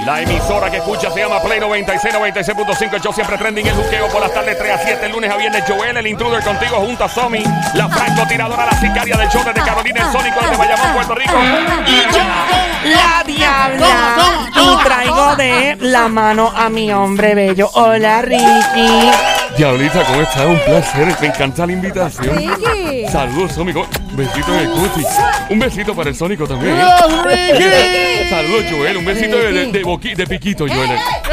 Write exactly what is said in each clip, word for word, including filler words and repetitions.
La emisora que escucha se llama Play noventa y seis, noventa y seis punto cinco. El show siempre trending, el juqueo por las tardes tres a siete. El lunes a viernes, Joel, el intruder contigo junto a Somi, la francotiradora, la sicaria del show desde Carolina, el Sónico desde Bayamón, Puerto Rico. Y yo, la diabla, y traigo de la mano a mi hombre bello. Hola, Ricky. Diablita, ¿cómo estás? Un placer. Me encanta la invitación. Ricky. Saludos, Sónico. Besito en el cuti. Un besito para el Sónico también. ¡Oh, Ricky! Saludos, Joel. Un besito de, de, de, boqui, de piquito, Joel.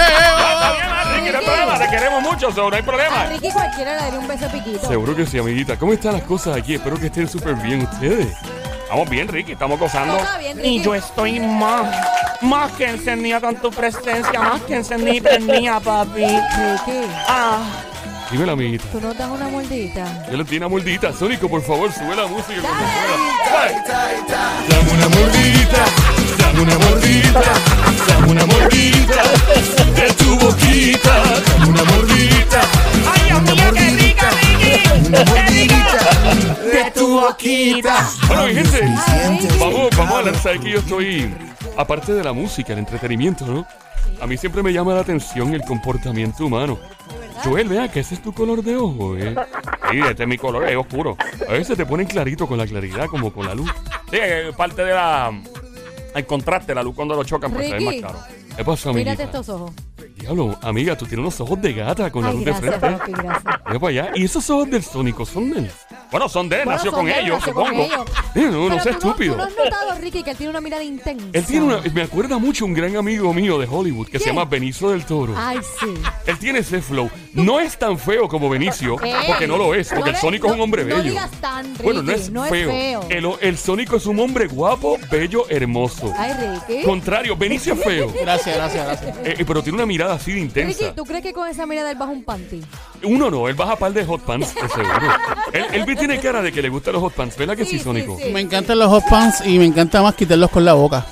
Ricky, no hay problema. Te queremos mucho, so, no hay problema. A Ricky cualquiera le daría un beso piquito. Seguro que sí, amiguita. ¿Cómo están las cosas aquí? Espero que estén súper bien ustedes. Estamos bien, Ricky. Estamos gozando. Todo bien, Ricky. Y yo estoy más, más que encendida con tu presencia, más que encendida y prendida, papi. Ricky, Ah, Dímelo, amiguita. tú nos das una mordita. Yo le tiene una mordita. Sónico, por favor, sube la música. cuando Dale. pueda. Dame una mordita. Dame una mordita. Dame una mordita. De tu boquita. Dame una mordita. ay, Dios mío, qué rica, Ricky. Una mordidita De tu boquita. Bueno, mi gente, Ay, vamos, vamos a hablar. Sabes que yo estoy, aparte de la música, el entretenimiento, ¿no? A mí siempre me llama la atención el comportamiento humano. Joel, vea que ese es tu color de ojo, ¿eh? Sí, este es mi color, es oscuro. A veces te ponen clarito con la claridad, como con la luz. Sí, es parte de la... el contraste, la luz cuando lo chocan, pues se ve más Ricky, claro. ¿Qué pasa, amiguita? mírate estos ojos. Diablo, amiga, tú tienes unos ojos de gata con la Ay, luz gracias, de frente. papi, gracias. Mira para allá. ¿Y esos ojos del Sónico son de él? Bueno, son de él, Bueno, nació son con de él, ellos, nació con supongo. ellos. Sí, no, no Pero seas tú estúpido. ¿Tú no has notado, Ricky, que él tiene una mirada intensa? Él tiene una... Me acuerda mucho un gran amigo mío de Hollywood que se ¿Quién? llama Benicio del Toro. Ay, sí. Él tiene ese flow. No es tan feo como Benicio, Ey, porque no lo es, porque no el le- Sónico es un hombre no- bello. No digas tan, Ricky. Bueno, no es feo. El, el Sónico es un hombre guapo, bello, hermoso. Ay, Ricky. Contrario, Benicio es feo. Gracias, gracias, gracias. Eh, eh, pero tiene una mirada así de Ricky, intensa. ¿tú crees que con esa mirada él baja un panty? Uno no, él baja par de hot pants, de seguro. él, él tiene cara de que le gustan los hot pants, ¿verdad que sí, Sí, sí, Sónico? sí. Me encantan los hot pants y me encanta más quitarlos con la boca.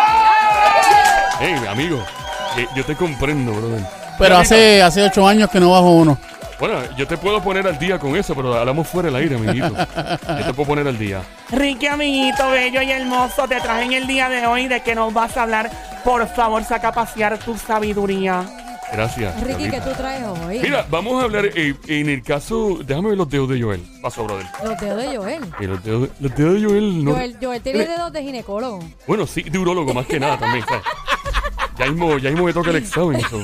Hey, amigo, eh, yo te comprendo, brother. Pero hace, hace ocho años que no bajo uno. Bueno, yo te puedo poner al día con eso, pero hablamos fuera del aire, amiguito. Yo te puedo poner al día. Ricky, amiguito bello y hermoso, te traje en el día de hoy de que nos vas a hablar. Por favor, saca a pasear tu sabiduría. Gracias. Ricky, ¿qué Diablita. tú traes hoy? Mira, vamos a hablar eh, en el caso. Déjame ver los dedos de Joel. Paso, brother. Los dedos de Joel. Eh, los, dedos, los dedos de Joel no. Joel, Joel tiene dedos de ginecólogo. Bueno, sí, de urólogo más que nada también, ¿sabes? Ya mismo, ya mismo me toca el examen. Eso.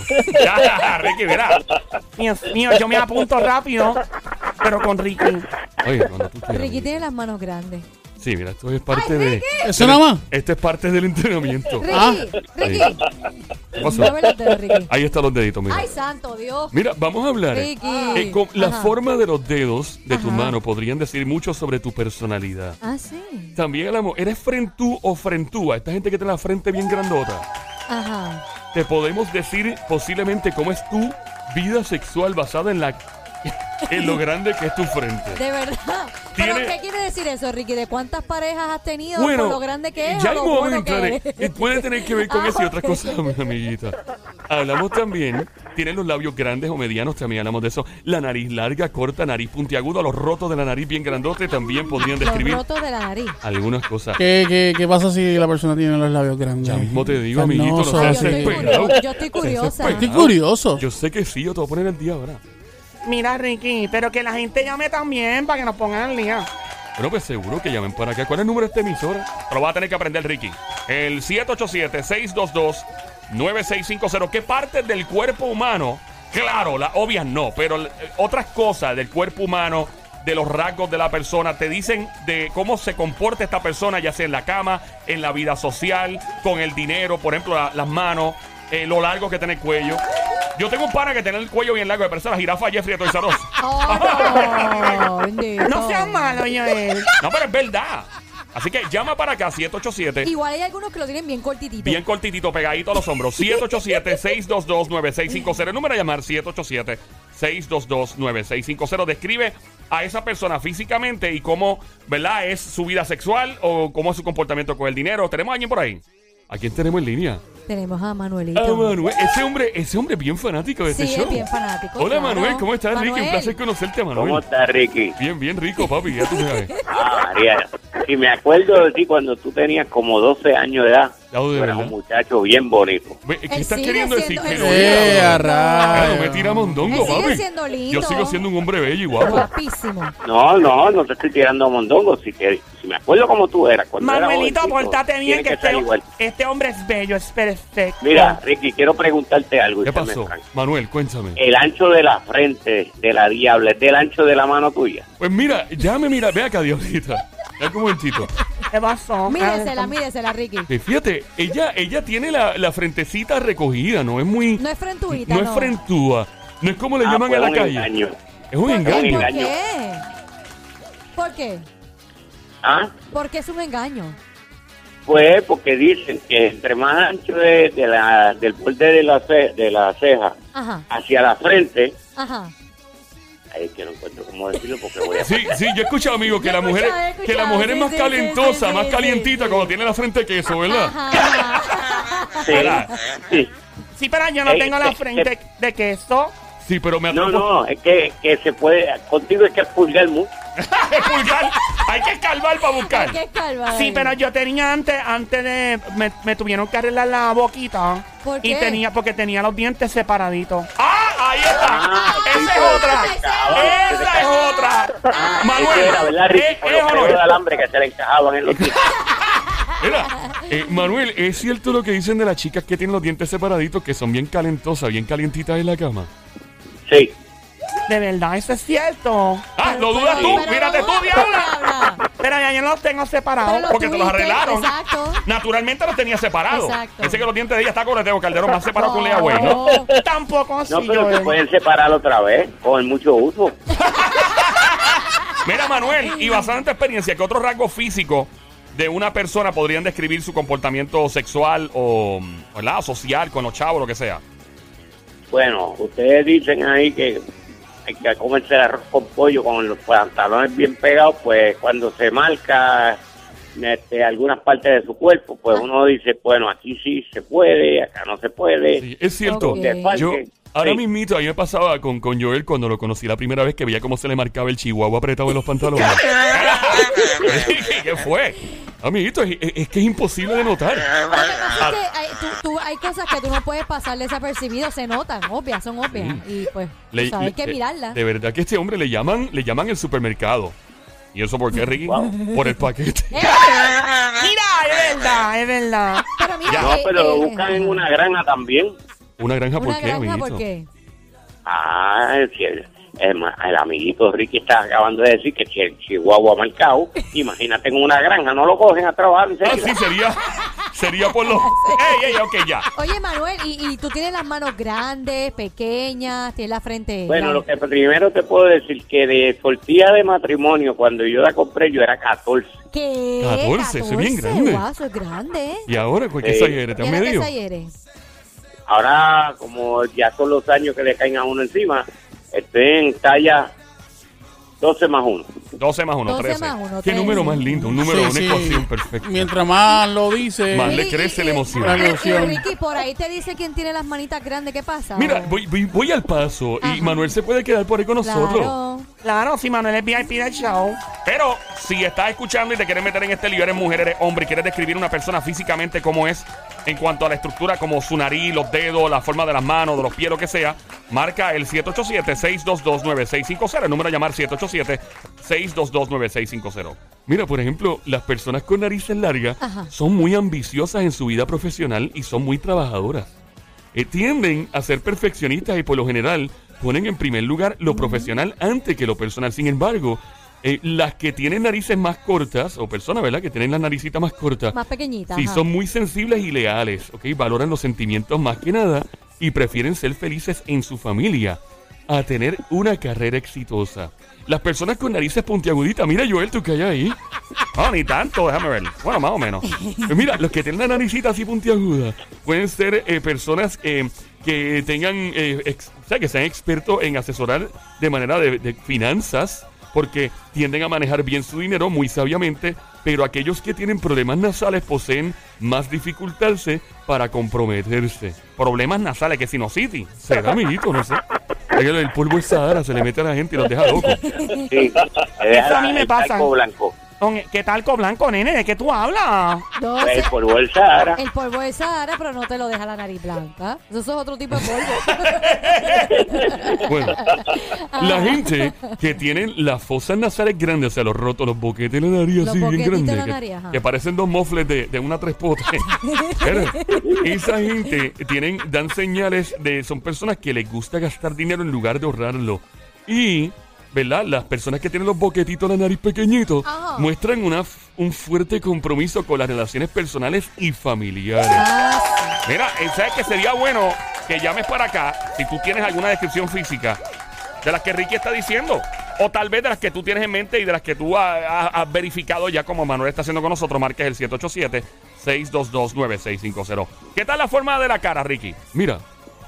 Ya, Ricky, verá. Dios mío, yo me apunto rápido, pero con Ricky. Oye, cuando tú quieras. Ricky tiene las manos grandes. Sí, mira, esto es parte Ay, de. Ricky. ¿Eso del- nada más? Esto es parte del entrenamiento. Ricky, Ah. Ricky. ¿Qué pasó? Mueve los dedos, Ricky. Ahí están los deditos, mira. Ay, santo Dios. Mira, vamos a hablar. Ricky. eh, con la Ajá. forma de los dedos de tu Ajá. mano podrían decir mucho sobre tu personalidad. Ah, sí. También el amor. ¿Eres frentú o frentúa? Esta gente que tiene la frente bien grandota. Ajá. Te podemos decir posiblemente cómo es tu vida sexual basada en la en lo grande que es tu frente. De verdad. ¿Pero Tiene- qué quiere decir eso, Ricky? ¿De cuántas parejas has tenido? Bueno, ¿Por lo grande que es? ya o hay lo modo de bueno entrar que en- es? eh, puede tener que ver con Ah, eso y otras ok. cosas, mi amiguita. Hablamos también, tienen los labios grandes o medianos, también hablamos de eso. La nariz larga, corta, nariz puntiaguda, los rotos de la nariz bien grandotes también podrían Los describir rotos de la nariz. algunas cosas. ¿Qué, qué, qué pasa si la persona tiene los labios grandes? Ya mismo te digo, amiguito, no Carnoso, Ay, yo, seas estoy desesperado. curiosa, yo estoy curiosa. Estoy curioso. Yo sé que sí, yo te voy a poner el día ahora. Mira, Ricky, pero que la gente llame también para que nos pongan al día. Bueno, pues seguro que llamen para acá. ¿Cuál es el número de esta emisora? Te lo va a tener que aprender, Ricky. El siete ocho siete, seis dos dos, nueve seis cinco cero. ¿Qué partes del cuerpo humano? Claro, las obvias no, pero eh, otras cosas del cuerpo humano, de los rasgos de la persona, te dicen de cómo se comporta esta persona, ya sea en la cama, en la vida social, con el dinero, por ejemplo, la- las manos, eh, lo largo que tiene el cuello. Yo tengo un pana que tiene el cuello bien largo, me parece la jirafa Jeffrey de Toys R Us. Oh, no, bendito. No seas malo, Joel. No, pero es verdad. Así que llama para acá, siete ocho siete. Igual hay algunos que lo tienen bien cortitito. Bien cortitito, pegadito a los hombros. siete ocho siete, seis dos dos, nueve seis cinco cero. El número a llamar, siete ocho siete, seis dos dos, nueve seis cinco cero. Describe a esa persona físicamente y cómo, ¿verdad? Es su vida sexual o cómo es su comportamiento con el dinero. ¿Tenemos a alguien por ahí? ¿A quién tenemos en línea? Tenemos a Manuelito. A Manuel. Ese hombre, ese hombre es bien fanático de Sí, este es show. bien fanático, Hola, claro. Manuel. ¿Cómo estás, Ricky? Un Manuel. placer conocerte, Manuel. ¿Cómo está, Ricky? Bien, bien rico, papi. Ya tú sabes. Ah, María. Y me acuerdo de ti cuando tú tenías como doce años de edad. Claro, de Tú eras un verdad. muchacho bien bonito. Ve, ¿Qué Él estás sigue queriendo decir? siendo- Que él no sigue Eh, era. a rayos. No me tira mondongo, Él sigue papi. siendo lindo. Yo sigo siendo un hombre bello y guapo. Guapísimo. No, no, no te estoy tirando mondongo. Si, te, si me acuerdo como tú eras cuando era Manuelito, jovencito, pórtate bien tienes que estar este, igual. este hombre es bello, es perfecto. Mira, Ricky, quiero preguntarte algo. y ¿Qué séme pasó? franco. Manuel, cuéntame. El ancho de la frente de la diabla es del ancho de la mano tuya. Pues mira, ya me mira, ve acá, diablita. Ya como el chito. ¿Qué pasó? Míresela, míresela, Ricky. Eh, Fíjate, ella, ella tiene la, la frentecita recogida, no es muy. No es frentuita, No no. es frentúa. No es como le Ah, llaman pues en la un calle. engaño. Es un ¿Por engaño. qué? ¿Por engaño. qué? ¿Por qué? ¿Ah? Porque es un engaño. Pues porque dicen que entre más ancho de, de la, del borde de la, ce- de la ceja Ajá, hacia la frente, ajá. ahí es que no encuentro cómo decirlo porque voy a... Sí, sí, yo he escuchado, amigo, que Yo la he mujer, escuchado, he que la escuchado, mujer es sí, más sí, calentosa, sí, sí, más sí, calientita sí. cuando tiene la frente de queso, ¿verdad? Ajá, ajá. Sí, ¿verdad? sí. Sí, pero yo no Eh, tengo la eh, frente de queso. Sí, pero me No, atrapó. no, es que, que se puede... Contigo es que pulgar mucho. El pulgar. Hay que escarbar para buscar. ¿Qué calva? Sí, pero yo tenía antes, antes de, me, me tuvieron que arreglar la boquita. ¿Por Y qué? tenía, porque tenía los dientes separaditos. ¡Ah! Ahí está. Ah, Esa sí, es pero otra. se te encajaba, se te Esa es otra. Eso Manuel. era, ¿verdad, Ricky? ¿es- Por es los o no pelos es? de alambre que se le encajaban en los dientes. Mira, eh, Manuel, ¿es cierto lo que dicen de las chicas que tienen los dientes separaditos, que son bien calentosas, bien calientitas en la cama? Sí. De verdad, eso es cierto. Ah, ¿lo dudas Pero- tú? pero Mírate no tú, dudas, diabla. diabla. Pero ya yo no los tengo separados. Pero los porque te los tuviste, arreglaron. Exacto. Naturalmente los tenía separados. Exacto. Ese que los dientes de ella está con el Teo Calderón más separado que un Lea Güey, ¿no? No. Tampoco así, No, pero se Joel. pueden separar otra vez con mucho uso. Mira, Manuel, y basado en tu experiencia, ¿qué otros rasgos físicos de una persona podrían describir su comportamiento sexual o, ¿verdad? social con los chavos, lo que sea? Bueno, ustedes dicen ahí que hay que comerse el arroz con pollo con los pantalones bien pegados, pues cuando se marca este, algunas partes de su cuerpo, pues uno dice, bueno, aquí sí se puede, acá no se puede. Sí, es cierto. Ok. De falque, Yo, ahora sí. mismito, a mí me pasaba con, con Joel cuando lo conocí la primera vez que veía cómo se le marcaba el chihuahua apretado en los pantalones. ¿Qué fue? Amiguito, es, es- es que es imposible de notar. Lo que pasa es que hay, tú, tú- hay cosas que tú no puedes pasar desapercibido, se notan, obvias, son obvias. Y pues, Le- tú sabes, hay le- que de- mirarlas. De verdad que este hombre le llaman, le llaman el supermercado. ¿Y eso por qué, Ricky? Wow. Por el paquete. Eh, Mira, es verdad, es verdad. pero mira, No, eh, pero lo eh, buscan en una granja también. Una granja, ¿por una qué, granja, amiguito? ¿por qué? Ah, es cierto. El, ma- el amiguito Ricky está acabando de decir que si el chihuahua marcado, imagínate en una granja, no lo cogen a trabajar, en Ah, serio. sí, sería, sería por los... ¡Ey, ey, ok, ya! Oye, Manuel, ¿y, y tú tienes las manos grandes, pequeñas, tienes la frente... Bueno, lo grande? que primero te puedo decir que de tortilla de matrimonio, cuando yo la compré, yo era catorce. ¿Qué? catorce, eso es bien grande. Wow, eso es grande, ¿eh? ¿Y ahora? ¿Qué Sí. size eres? ¿Te ¿Y has ahora qué medio? size eres? Ahora, como ya son los años que le caen a uno encima, estoy en talla doce más uno. doce más uno, doce trece. más uno, ¿Qué trece. número más lindo? Un número, Sí, una sí. ecuación perfecta. Mientras más lo dice, Más le Y- crece y- la y- emoción. La y- y emoción. Ricky, por ahí te dice quién tiene las manitas grandes, ¿qué pasa? Mira, ¿O? voy, voy, voy al paso y Ajá. Manuel se puede quedar por ahí con nosotros. Claro. Claro, si Manuel es V I P del show. Pero si estás escuchando y te quieres meter en este lío, eres mujer, eres hombre y quieres describir una persona físicamente como es en cuanto a la estructura, como su nariz, los dedos, la forma de las manos, de los pies, lo que sea, marca el siete ocho siete, seis dos dos, nueve seis cinco cero. El número a llamar siete ocho siete, seis dos dos, nueve seis cinco cero. Mira, por ejemplo, las personas con narices largas Ajá. son muy ambiciosas en su vida profesional y son muy trabajadoras. Eh, tienden a ser perfeccionistas y por lo general ponen en primer lugar lo profesional antes que lo personal. Sin embargo, eh, las que tienen narices más cortas, o personas, ¿verdad? Que tienen las naricitas más cortas, Más pequeñitas. sí, ajá. son muy sensibles y leales, ¿ok? Valoran los sentimientos más que nada y prefieren ser felices en su familia a tener una carrera exitosa. Las personas con narices puntiaguditas, mira Joel, tú que hay ahí. No, ni tanto, déjame ver. Bueno, más o menos. Pues mira, los que tienen la naricita así puntiaguda pueden ser eh, personas eh, que tengan, eh, ex- o sea, que sean expertos en asesorar de manera de, de finanzas, porque tienden a manejar bien su dinero muy sabiamente, pero aquellos que tienen problemas nasales poseen más dificultarse para comprometerse. Problemas nasales, que sinusitis. Será, amiguito, no sé. Es que el polvo de Sahara se le mete a la gente y los deja locos. Sí, te deja Eso a mí me el pasa. talco blanco. Con- ¿Qué talco blanco, nene? ¿De qué tú hablas? No, El sí, polvo del Sahara. el polvo de Sahara, pero no te lo deja la nariz blanca. Eso es otro tipo de polvo. Bueno, la gente que tienen las fosas nasales grandes, o sea, los rotos, los boquetes de la nariz Los así bien boquetitos de grandes, la que, nariz, ajá. que parecen dos mofles de, de una tres potes. Mira, esa gente tienen, dan señales de, son personas que les gusta gastar dinero en lugar de ahorrarlo. Y, ¿verdad? Las personas que tienen los boquetitos de la nariz pequeñitos Ajá. muestran una, f- un fuerte compromiso con las relaciones personales y familiares. Ah, sí. Mira, eh, ¿sabes que sería bueno que llames para acá si tú tienes alguna descripción física de las que Ricky está diciendo? O tal vez de las que tú tienes en mente y de las que tú ha- ha- has verificado ya como Manuel está haciendo con nosotros. Marques el siete ocho siete, seis dos dos, nueve seis cinco cero. ¿Qué tal la forma de la cara, Ricky? Mira,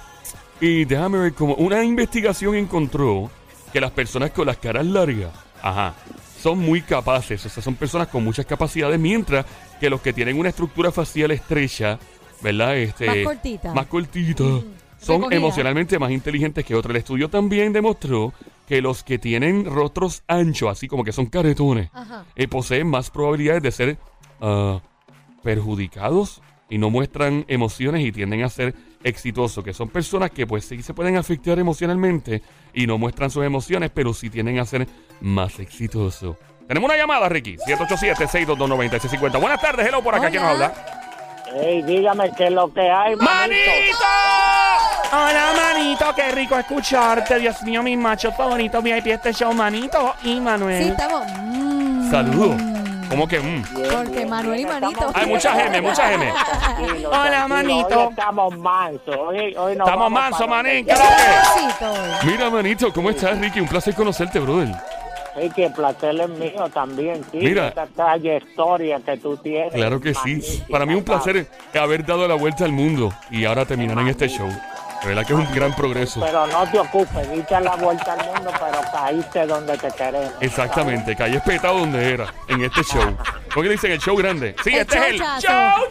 y déjame ver cómo una investigación encontró que las personas con las caras largas, ajá, son muy capaces, o sea, son personas con muchas capacidades, mientras que los que tienen una estructura facial estrecha, ¿verdad? Este, Más cortita. Más cortita, son recogida. emocionalmente más inteligentes que otros. El estudio también demostró que los que tienen rostros anchos, así como que son caretones, Ajá. eh, poseen más probabilidades de ser ah, perjudicados y no muestran emociones y tienden a ser exitosos, que son personas que pues sí se pueden afectar emocionalmente y no muestran sus emociones, pero sí tienden a ser más exitosos. Tenemos una llamada, Ricky, siete ocho siete, seis dos dos, nueve seis cinco cero. Buenas tardes, hello, por acá, Hola. ¿quién nos habla? Ey, dígame qué es lo que hay, manito. ¡Manito! Hola, manito, qué rico escucharte. Dios mío, mis machos favoritos V I P este show, manito y Manuel. Sí, estamos. mm, Saludos. ¿Cómo que? mm? Porque Manuel y Manito. Hay mucha geme, mucha geme. Tranquilo, Hola, tranquilo. manito. Hoy estamos mansos. Hoy, hoy nos Estamos vamos manso, para manín. donde ¿Qué es lo que? Besito hoy. Mira, manito, ¿cómo estás, Ricky? Un placer conocerte, brother. Sí, que el placer es mío también, sí. Mira. Esta trayectoria que tú tienes. Claro que sí. magnífica, Para mí un papá. placer haber dado la vuelta al mundo y ahora terminar en este show. De verdad que es un gran progreso. Pero no te ocupes, diste la vuelta al mundo, pero caíste donde te queremos. Exactamente, caí espetado donde era, en este show. ¿Por qué dicen el show grande? Sí, El este es el showchazo. show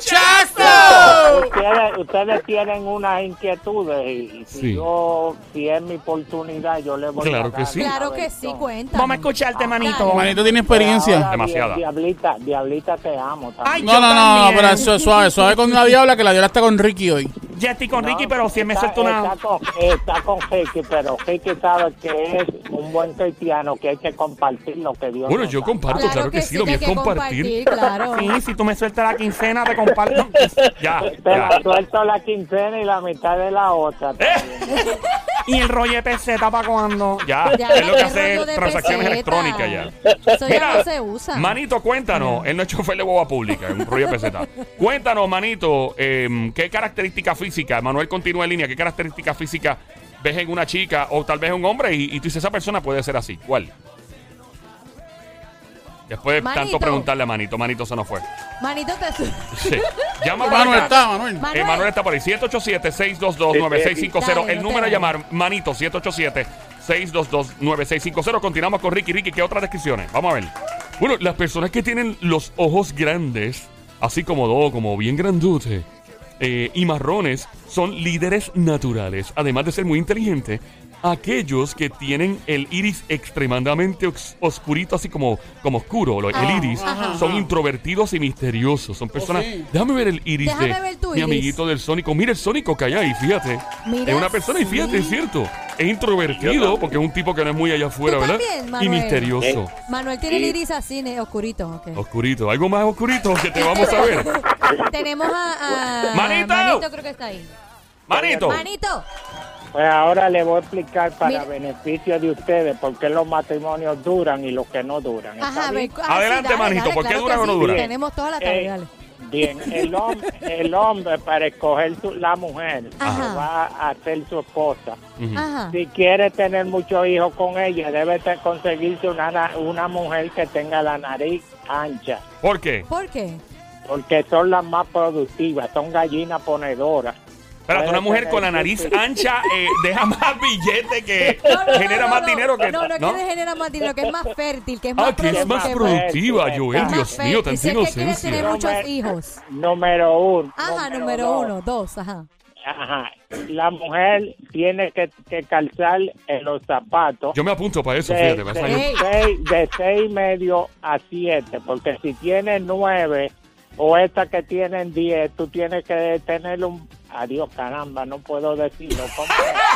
¡Chazo! Ustedes, ustedes tienen unas inquietudes y, y si Sí. yo, si es mi oportunidad, yo le voy Claro a que dar sí. una Claro que sí, versión. cuenta. Vamos a escucharte, manito. Manito tiene Pero experiencia. ahora, Demasiada. di- Diablita, Diablita, te amo también. Ay, No, yo no, no, no, también. pero eso, suave, suave con la diabla, que la diabla está con Ricky hoy. Ya estoy con Ricky, No, pero si él me está- suelta una... Está con, está con Ricky, pero Ricky sabe que es un buen cristiano, que hay que compartir lo que Dios Bueno, nos yo da. comparto, claro, que sí, lo que mío hay es que compartir. claro. Sí, si tú me sueltas la quincena, te comparto. Ya, Te la ya. suelto la quincena y la mitad de la otra. también. ¿Y el rollo de peseta para cuándo? Ya, Ya, es lo que qué hace rollo de transacciones peseta. electrónicas ya. Eso ya Mira, no se usa. Manito, cuéntanos. Él no es chofer de boba pública, es un rollo de peseta. Cuéntanos, Manito, eh, ¿qué característica física? Manuel continúa en línea. ¿Qué característica física ves en una chica o tal vez en un hombre? Y, y tú dices, esa persona puede ser así. ¿Cuál? Después de Manito. tanto preguntarle a Manito, Manito se nos fue. Manito te su- Sí. Llama para Manuel acá. está, Manuel. Manuel. Eh, Manuel está por ahí. siete ocho siete, seis dos dos, nueve seis cinco cero. Dale, El no número te a vayas. llamar, Manito, siete ocho siete, seis dos dos, nueve seis cinco cero. Continuamos con Ricky. Ricky, ¿qué otras descripciones? Vamos a ver. Bueno, las personas que tienen los ojos grandes, así como dos, como bien grandote, eh, y marrones, son líderes naturales. Además de ser muy inteligentes, aquellos que tienen el iris extremadamente os- oscurito, así como, como oscuro, lo- el Ah, iris, ajá. son introvertidos y misteriosos. Son personas... sí. Déjame ver el iris Déjame de ver tu mi iris. amiguito del Sónico. Mira el Sónico que hay ahí, fíjate. Mira, es una persona, y fíjate, sí. es cierto. Es introvertido porque es un tipo que no es muy allá afuera, ¿Tú ¿verdad? también, Y Manuel? misterioso. Manuel tiene el Sí. iris así, ne- oscurito. ok. Oscurito. Algo más oscurito que te vamos a ver. Tenemos a, a Manito. Manito, creo que está ahí. Manito. Manito. Pues ahora le voy a explicar para Mira. beneficio de ustedes por qué los matrimonios duran y los que no duran. ¿Está Ajá, a bien? ver, ah, Adelante, sí, dale, Manito, dale, ¿por qué claro dura que o no sí. dura? Tenemos toda la tarde, Eh, dale. Bien, el, hom- el hombre para escoger su- la mujer Ajá. que va a ser su esposa. Ujú. Ajá. Si quiere tener muchos hijos con ella, debe de conseguirse una, na- una mujer que tenga la nariz ancha, ¿Por qué? ¿Por qué? porque son las más productivas, son gallinas ponedoras. Espérate, una Puede mujer tener con la nariz muchos- ancha eh, deja más billete que No, no, no, genera no, más no. dinero que... No, no es que le genera más dinero, que es más fértil, que es Ah, más que es más que productiva, más- Joel. más Dios mío, fértil. tanta Si es que quiere tener inocencia. muchos Número- hijos. Número uno. Ajá, número dos. uno, dos, ajá. Ajá. La mujer tiene que, que calzar en los zapatos. Yo me apunto para eso, de, fíjate. Para de, eso. seis, de seis y medio a siete, porque si tiene nueve o estas que tienen diez, tú tienes que tener un... Adiós, caramba, no puedo decirlo. ¿Cómo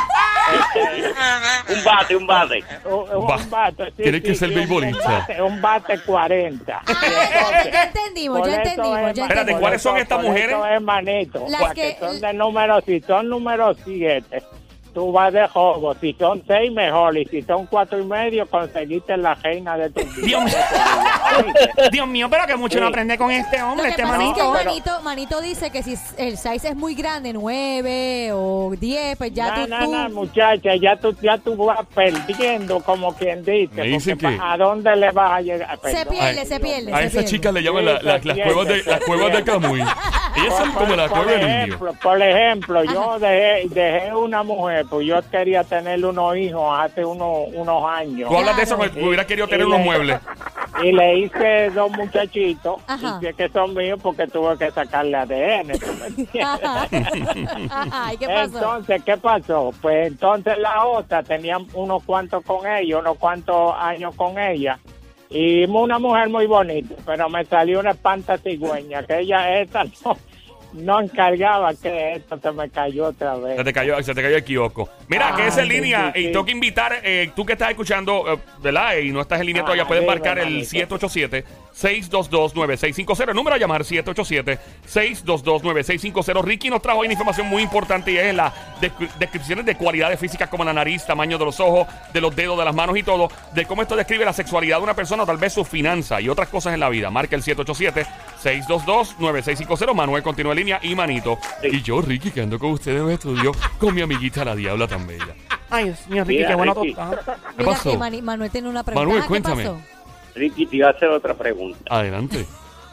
Un bate, un bate. Un, un Ba- bate, sí, Tiene sí, que ser sí, un- beisbolista. Un bate, un bate cuarenta. Ah, ya, ya entendimos, Por ya eso entendimos, es- ya Espérate, entendimos. ¿cuáles son por estas eso mujeres? es manito. Las Porque que- son de número, si son número siete, tú vas de juego. Si son seis, mejor. Y si son cuatro y medio, conseguiste la reina de tu vida. Dios mío. ¿Oíste? Dios mío, pero que mucho Sí. no aprende con este Lo hombre, que este pasa es que manito. pero- Manito, Manito dice que si el size es muy grande, nueve o diez, pues ya no, tú... no, tú- no, muchacha, ya tú, ya tú vas perdiendo, como quien dice. Me dicen porque que- pa- ¿a dónde le vas a llegar? Se Perdón. pierde, se pierde. A se esa pierde. chica le llaman Sí, la- la- se las pierde, cuevas de se las cuevas de pierde. Camuy. Ellas son como la Por cueva del indio. ejemplo, por ejemplo, yo dejé, dejé una mujer, pues yo quería tener unos hijos hace unos, unos años. Tú hablas de eso, Claro. me hubiera querido tener Y unos le- muebles. Y le hice dos muchachitos, Ajá. y sé que son míos porque tuve que sacarle A D N, ¿tú me entiendes? Ajá. Ajá, ¿y qué pasó? Entonces, ¿qué pasó? Pues entonces la otra tenía unos cuantos con ella, unos cuantos años con ella. Y una mujer muy bonita, pero me salió una espanta cigüeña, que ella esta no, no encargaba, que esto se me cayó otra vez. Se te cayó, se te cayó el kiosco. Mira, Ah, que es en sí, línea sí, y sí. tengo que invitar, eh, tú que estás escuchando, eh, ¿verdad? Y no estás en línea Ah, todavía, puedes dime, marcar el manito. siete ocho siete, seis dos dos, nueve seis cinco cero. El número a llamar siete ocho siete, seis dos dos, nueve seis cinco cero. Ricky nos trajo ahí una información muy importante y es las descri- descripciones de cualidades físicas como la nariz, tamaño de los ojos, de los dedos, de las manos y todo, de cómo esto describe la sexualidad de una persona o tal vez su finanza y otras cosas en la vida. Marca el siete ocho siete, seis dos dos, nueve seis cinco cero. Manuel continúa en línea y Manito. Sí. Y yo, Ricky, que ando con ustedes en el estudio con mi amiguita la diabla tan bella. Ay, Dios mío, Ricky, Mira, qué bueno Ricky. tostada. ¿Qué Mira pasó? que Mani- Manuel tiene una pregunta. Manuel, Ah, ¿qué cuéntame. pasó? Ricky, te iba a hacer otra pregunta. Adelante.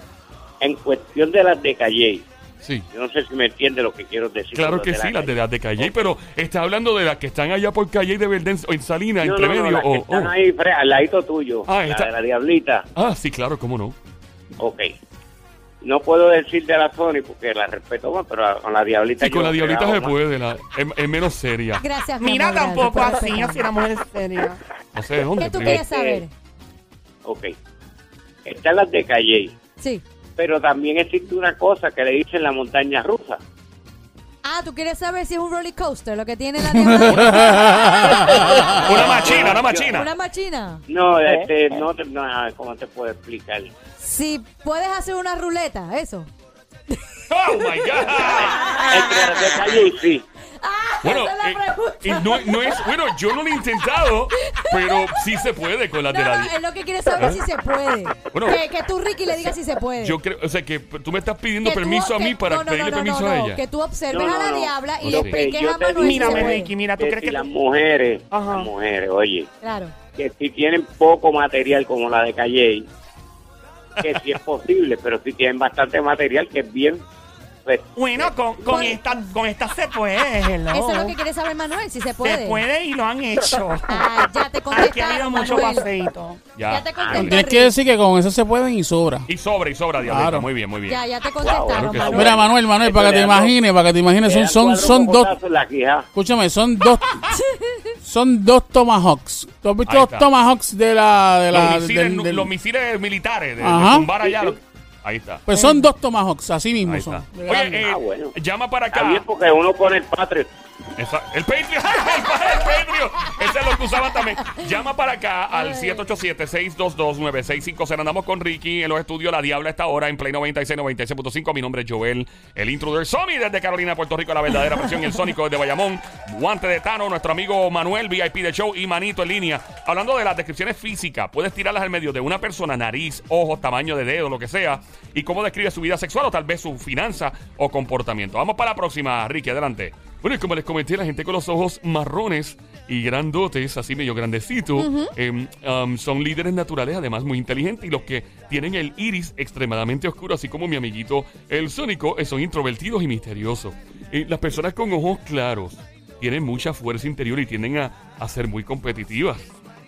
En cuestión de las de Calle, Sí. yo no sé si me entiende lo que quiero decir. Claro con que lo sí, la las de Calle. las de Calle, Ok. pero está hablando de las que están allá por Calle de Verdén o en Salinas, No, entre no, no, medio. las que o- están o- ahí, fre- al ladito tuyo. Ah, la está- de la Diablita. Ah, sí, claro, cómo no. Ok. No puedo decir de la Sony porque la respeto más, pero con la Diablita. Sí, con yo la diablita pegado se más. puede, la, es, es menos seria. Gracias, mi Mira, amor, gracias tampoco por así, respetar. así la mujer es seria. No sé de dónde. ¿Qué tú pero- quieres Este- saber? Ok. Están las de Calle, Sí. pero también existe una cosa que le dicen la montaña rusa. Ah, ¿tú quieres saber si es un roller coaster lo que tiene la diablita? Una machina, una machina. ¿Una machina? No, ¿Eh? este, no, te- no, ¿cómo te puedo explicar? Si puedes hacer una ruleta, eso. ¡Oh, my God! Entre las de Calle, sí. Bueno, esa es la eh, pregunta. y no, no es, bueno, yo no lo he intentado, pero sí se puede con las No, de la no, di- es lo que quiere saber si se puede. Bueno. que, que tú, Ricky, le digas si se puede. Yo creo, o sea, que tú me estás pidiendo Que tú- permiso a que- mí para no, no, pedirle no, no, permiso no, a no, ella. que tú observes No, no, a la no. diabla y Lo le que expliques yo a te Manuel si se Mírame, puede. Ricky, mira, ¿tú Que crees si que las mujeres, Ajá. las mujeres, oye, Claro. que si tienen poco material como la de Calle, que sí es posible, pero si tienen bastante material que es bien, pues, Bueno, con, con, Por- esta, con esta se puede, hello. Eso es lo que quiere saber Manuel, si se puede. Se puede y lo han hecho. Ay, ya te Aquí ha contestaron, habido mucho Manuel. paseíto. Ya. Ya te contestó Tienes que Ricky. decir que con eso se pueden y sobra. Y sobra, y sobra, diablita. Claro. Muy bien, muy bien. Ya, ya te claro contestaron, que sí. Manuel. Mira, Manuel, Manuel, para que te imagines, para que te imagines, son, son, son dos, La quija. escúchame, son dos, son dos Tomahawks. ¿Tú has visto Ahí los está. Tomahawks de la, de la, los, misiles, del- del- los misiles militares, de, de Ajá. tumbar allá. lo- Ahí está. pues son dos Tomahawks, así mismo Ahí son. está. de grandes. Oye, eh, Ah, bueno. llama para Está acá. bien porque uno pone el Patriot. Esa- el Patreon, el, Patreon. Ese es lo que usaban también. Llama para acá al siete ocho siete, seis dos dos, nueve seis cinco cero. Andamos con Ricky en los estudios La Diabla a esta hora en Play noventa y seis, noventa y seis punto cinco. Mi nombre es Joel, el intruder Somi desde Carolina, Puerto Rico, la verdadera versión. Y el Sónico desde Bayamón. Guante de Tano, nuestro amigo Manuel, V I P de show y Manito en línea. Hablando de las descripciones físicas, puedes tirarlas al medio de una persona, nariz, ojos, tamaño de dedo, lo que sea, y cómo describe su vida sexual o tal vez su finanza o comportamiento. Vamos para la próxima, Ricky, adelante. Bueno, y como les comenté, la gente con los ojos marrones y grandotes, así medio grandecitos, eh, um, son líderes naturales, además muy inteligentes, y los que tienen el iris extremadamente oscuro, así como mi amiguito el Sónico, eh, son introvertidos y misteriosos. Eh, las personas con ojos claros tienen mucha fuerza interior y tienden a, a ser muy competitivas.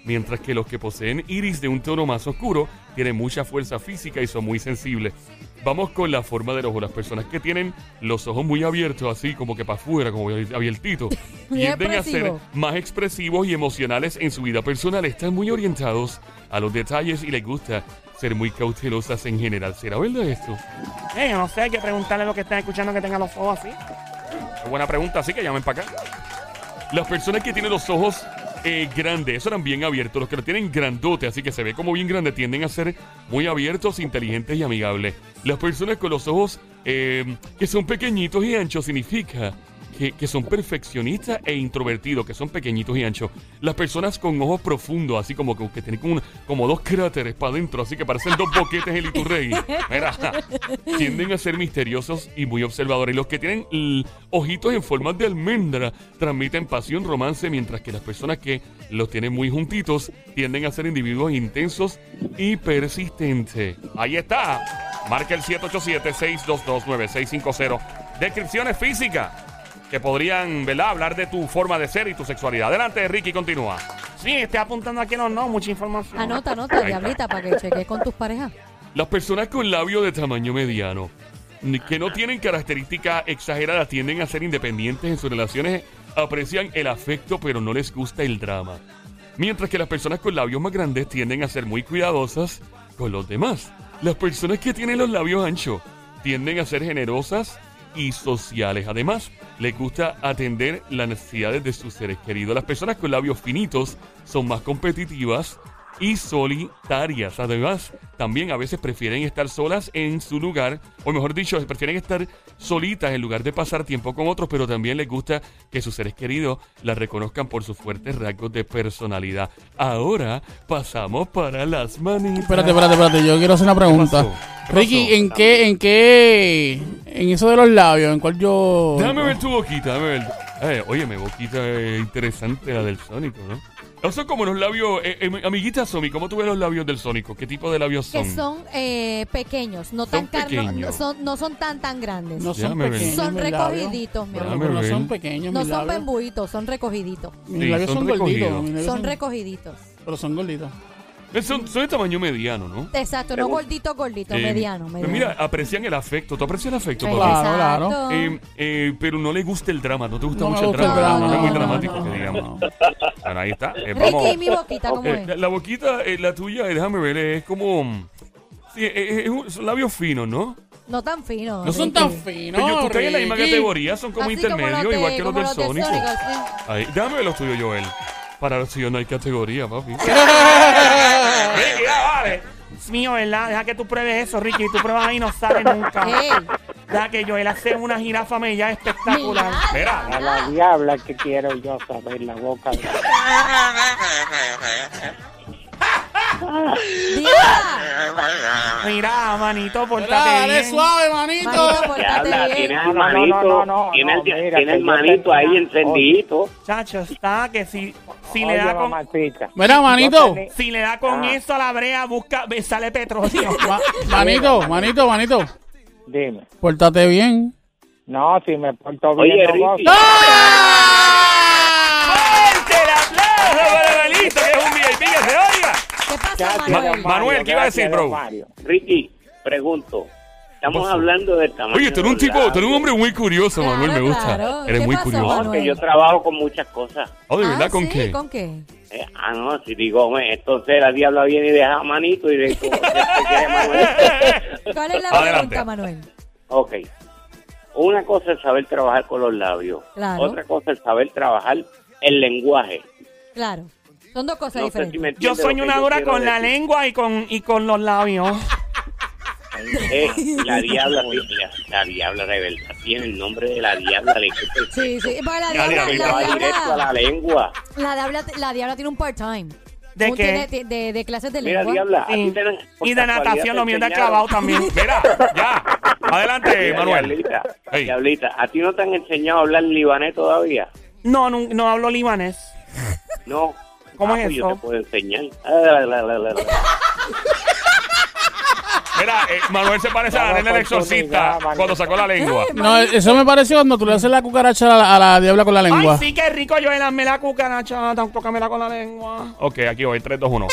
mientras que los que poseen iris de un tono más oscuro tienen mucha fuerza física y son muy sensibles. Vamos con la forma del ojo. Las personas que tienen los ojos muy abiertos, así como que para afuera, como abiertitos, Muy tienden a ser expresivo. más expresivos y emocionales en su vida personal. Están muy orientados a los detalles y les gusta ser muy cautelosas en general. ¿Será verdad esto? Eh, yo no sé, hay que preguntarle a los que están escuchando que tengan los ojos así. Es buena pregunta, así que llamen para acá. Las personas que tienen los ojos eh, grandes, eso eran bien abiertos. Los que lo tienen grandote, así que se ve como bien grande, tienden a ser muy abiertos, inteligentes y amigables. Las personas con los ojos eh, que son pequeñitos y anchos significa que, que son perfeccionistas e introvertidos, que son pequeñitos y anchos. Las personas con ojos profundos, así como que, que tienen como, un- como dos cráteres para adentro, así que parecen dos boquetes en Iturrey. Mira, tienden a ser misteriosos y muy observadores. Y los que tienen l- ojitos en forma de almendra transmiten pasión, romance, mientras que las personas que los tienen muy juntitos tienden a ser individuos intensos y persistentes. Ahí está. Marca el siete ocho siete, seis dos dos, nueve seis cinco cero. Descripciones físicas que podrían, ¿verdad?, hablar de tu forma de ser y tu sexualidad. Adelante, Ricky, continúa. Sí, estoy apuntando aquí los no, mucha información. Anota, anota, Ahí diablita, para que cheques con tus parejas. Las personas con labio de tamaño mediano, ni- que no tienen características exageradas, tienden a ser independientes en sus relaciones, aprecian el afecto, pero no les gusta el drama. Mientras que las personas con labios más grandes tienden a ser muy cuidadosas con los demás. Las personas que tienen los labios anchos tienden a ser generosas y sociales. Además, les gusta atender las necesidades de sus seres queridos. Las personas con labios finitos son más competitivas y solitarias. Además, también a veces prefieren estar solas en su lugar, o mejor dicho, prefieren estar solitas en lugar de pasar tiempo con otros, pero también les gusta que sus seres queridos las reconozcan por sus fuertes rasgos de personalidad. Ahora pasamos para las manitas. Espérate, espérate, espérate. Yo quiero hacer una pregunta. ¿Qué pasó? ¿Qué Ricky, pasó? ¿en qué, en qué, en eso de los labios, en cuál yo... Déjame ver tu boquita, déjame ver. Eh, oye, mi boquita es interesante, la del Sónico, ¿no? Esos son como los labios, eh, eh, amiguita Somi, ¿cómo tú ves los labios del Sónico? ¿Qué tipo de labios son? Que son eh, pequeños, no Son tan car- no- pequeños. no, son, no son tan tan grandes. No son Déjame ver. pequeños. son mis labios. recogiditos, mi Pero amor. Déjame no ver. son pequeños, No mis son labios. pembuitos, son recogiditos. Mis Sí, labios son son, gorditos. recogidos. mis labios Son son- recogiditos. Pero son gorditos. Eh, Son, son de tamaño mediano, ¿no? Exacto, no gordito, gordito, Eh, mediano, pues mediano. mira, aprecian el afecto. ¿Tú aprecias el afecto, Eh, papi? Claro, exacto. claro. Eh, eh, pero no le gusta el drama, no te gusta No me mucho gusta el el drama. drama, No, es muy no, dramático, no, que no, digamos. Bueno, ahí está. Eh, Ricky, vamos. ¿y mi boquita cómo Eh, es? la, la boquita, eh, la tuya, eh, déjame ver, es como... mm, Sí, eh, eh, es un- son labios finos, ¿no? No tan fino. No son Ricky. tan finos, Pero yo, tú estás en la misma Ricky. categoría, son como Así como intermedios, los de- igual que los como del del Sónico. Sónico, sí. Ahí, déjame ver los tuyos, Joel. Para ver si yo no hay categoría, papi. Ricky, ya vale. Dios mío, ¿verdad? Deja que tú pruebes eso, Ricky. Tú pruebas ahí y no sale nunca. Ey, Deja que Joel hace una jirafa mella espectacular. mira. A la diabla que quiero yo saber la boca. de- Diabla. Mira, manito, Mira, pórtate dale bien. suave, manito. Manito, pórtate Diabla, bien. tiene No, el no, no, manito, no, no, tiene el, no, mira, tiene que el yo manito tenía- ahí encendidito. Chacho, está que si, si Oye, le da con... mamacita. Mira, manito. Yo tenía- Si le da con Ah. eso a la brea, busca, sale petróleo. Ma- manito, manito, manito. Dime. Pórtate bien. No, si me porto Oye, bien, no Ricky. gozo. ¡Fuerte el aplauso para Manuelito, que es un V I P que se oiga! ¿Qué pasa, Gracias, Manuel? don Manuel, Mario, ¿qué iba a decir, gracias, bro? don Mario. Ricky, pregunto. Estamos pasó? hablando del tamaño. Oye, tú eres un de los tipo, tú eres un hombre labios. muy curioso, Claro, Manuel, me gusta. claro. Eres ¿Qué muy pasó, curioso. Manuel? Porque yo trabajo con muchas cosas. Oh, ¿de verdad Ah, con sí, qué? ¿Con qué? Eh, ah, no, si digo, me- entonces la diabla viene y deja a manito y de como siempre quiere Manuel. ¿Cuál es la Adelante. pregunta, Manuel? Ok. Una cosa es saber trabajar con los labios. Claro. Otra cosa es saber trabajar el lenguaje. Claro. Son dos cosas No sé si diferentes. me Yo entiende soy lo que una yo dura quiero con la decir. lengua y con, y con los labios. Eh, la diabla, la, la diabla de verdad tiene el nombre de la diabla. Le gusta el Sí, sí. Bueno, la Ya, diabla, ya, la va ya. directo a diabla, la lengua. la diabla, la diabla tiene un part-time. ¿De Un- qué? tiene- de, de clases de Mira, lengua. diabla. a ti Sí. te dan- por Y de casualidad natación, te lo mío de enseñaron- clavado también. Mira, ya. Adelante, Mira, Manuel. Diablita, Hey. diablita, ¿a ti no te han enseñado a hablar libanés todavía? No, no, no hablo libanés. No. ¿Cómo Ah, es pues eso? Yo te puedo enseñar. Ah, la, la, la, la, la. Mira, eh, Manuel se parece a la nena del exorcista cuando sacó la lengua. No, eso me pareció cuando tú le haces la cucaracha a la, a la diabla con la lengua. Ay, sí, qué rico, yo hazme la cucaracha, tócamela con la lengua. Ok, aquí voy, tres, dos, uno.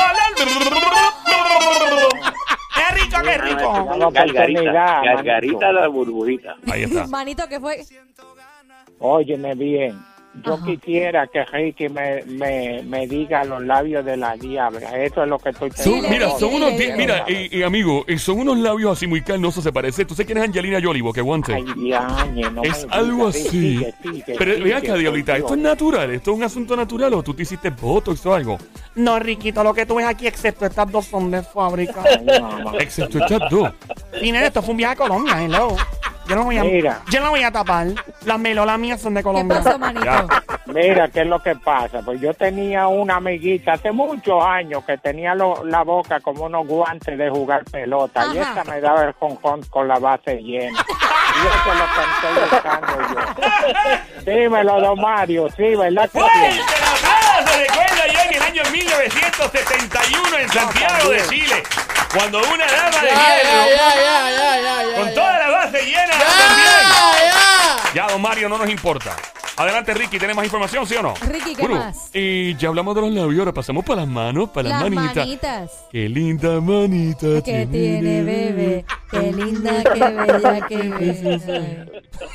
Qué rico, qué rico. Gargarita, Gargarita la burbujita. Ahí está. Manito, ¿qué fue? Óyeme bien, yo Ajá. quisiera que Ricky me, me, me diga los labios de la diabla. Eso es lo que estoy Son- pensando. mira, son sí, unos, sí, di- sí. mira, y, y amigo, y son unos labios así muy carnosos, se parece. ¿Tú sabes quién es Angelina Jolie, que guante? Ay, diañe, no Es me algo digas. Sí, así. sigue, sigue, Pero sigue, ven acá, por diablita, Dios. ¿esto es natural? ¿Esto es un asunto natural o tú te hiciste botox o algo? No, Riquito, lo que tú ves aquí, excepto estas dos son de fábrica. Ay, mamá. Excepto estas dos. Y nene, esto fue un viaje a Colombia, hello. Yo no voy a, Mira. yo no voy a tapar. Las melolas mías son de ¿Qué Colombia. pasó, manito? Ya. Mira, ¿qué es lo que pasa? Pues yo tenía una amiguita hace muchos años que tenía lo- la boca como unos guantes de jugar pelota. Y Ajá. esta me daba el concón con la base llena. Y eso es lo que estoy buscando yo. Dímelo, don Mario. Sí, ¿verdad que ¡Fuerte sí? el aplauso! Recuerda ya en el año mil novecientos setenta y uno en Santiago de Chile, cuando una dama de Ya, ya, hierro, ya, ya, ya, ya, ya, con ya. toda la base llena Ya, también. ya. Ya, don Mario, no nos importa. Adelante, Ricky, ¿tienes más información, sí o no? Ricky, ¿qué Bueno, más? y ya hablamos de los labios, ahora pasamos para las manos, para las, Las manitas. manitas. Qué linda manita Que tiene bebé. Qué linda, qué bella, qué bella.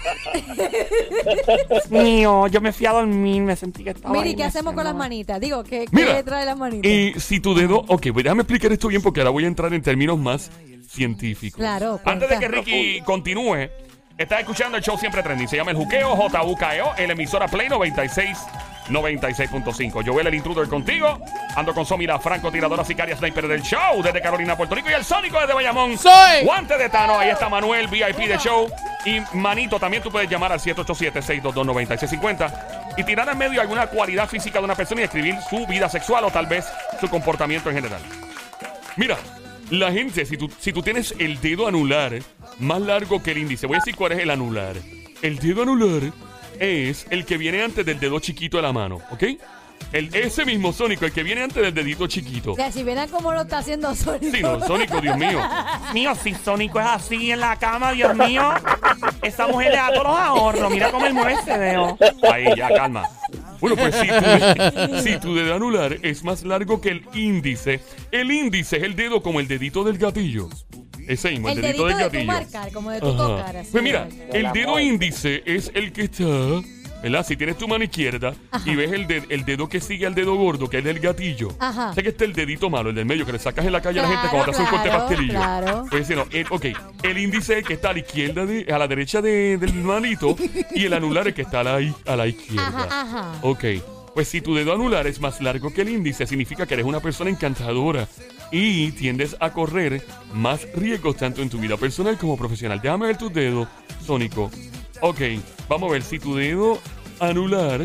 Dios mío, yo me fui a dormir, me sentí que estaba. Miri, ahí ¿qué hacemos con las meciendo. manitas? Digo, ¿qué, Mira, qué trae las manitas? Y si tu dedo... Ok, pues déjame explicar esto bien porque ahora voy a entrar en términos más científicos. Claro, Antes de que cuenta. Ricky continúe, estás escuchando el show Siempre Trending. Se llama El Juqueo, J U K E O, en la emisora Play noventa y seis, noventa y seis punto cinco. Joel, el intruder contigo. Ando con Somi, la francotiradora sicaria sniper del show desde Carolina, Puerto Rico. Y el Sónico desde Bayamón. Soy. Guante de Tano. Ahí está Manuel, V I P de show. Y Manito, también tú puedes llamar al siete ocho siete, seis dos dos, nueve seis cinco cero y tirar en medio alguna cualidad física de una persona y escribir su vida sexual o tal vez su comportamiento en general. Mira, la gente, si tú, si tú tienes el dedo anular más largo que el índice, voy a decir cuál es el anular. El dedo anular es el que viene antes del dedo chiquito de la mano, ¿ok? El, ese mismo Sónico, el que viene antes del dedito chiquito. O sea, si ven cómo lo está haciendo Sónico. Sí, no, Sónico, Dios mío. Mío, si Sónico es así en la cama, Dios mío. Esa mujer le da todos los ahorros. Mira cómo él mueve ese dedo. Ahí, ya, calma. Bueno, pues si tu, si tu dedo anular es más largo que el índice, el índice es el dedo como el dedito del gatillo. Ese mismo, el, El dedito, dedito del de tu gatillo. marcar, como de tu Ajá. tocar. Así, Pues mira, ¿verdad? el dedo índice es el que está, ¿verdad? Si tienes tu mano izquierda y ves el, de- el dedo que sigue al dedo gordo, que es el gatillo. Ajá. Sé que está el dedito malo, el del medio, que le sacas en la calle a la gente Claro, cuando te hace un corte claro, pastelillo. claro. Pues sí, no, el- ok, el índice es el que está a la izquierda, de, a la derecha de- del manito y el anular es el que está a la, i- a la izquierda. Ajá, ajá. Ok, pues si tu dedo anular es más largo que el índice, significa que eres una persona encantadora y tiendes a correr más riesgos tanto en tu vida personal como profesional. Déjame ver tus dedos, Sónico. Ok, vamos a ver si tu dedo anular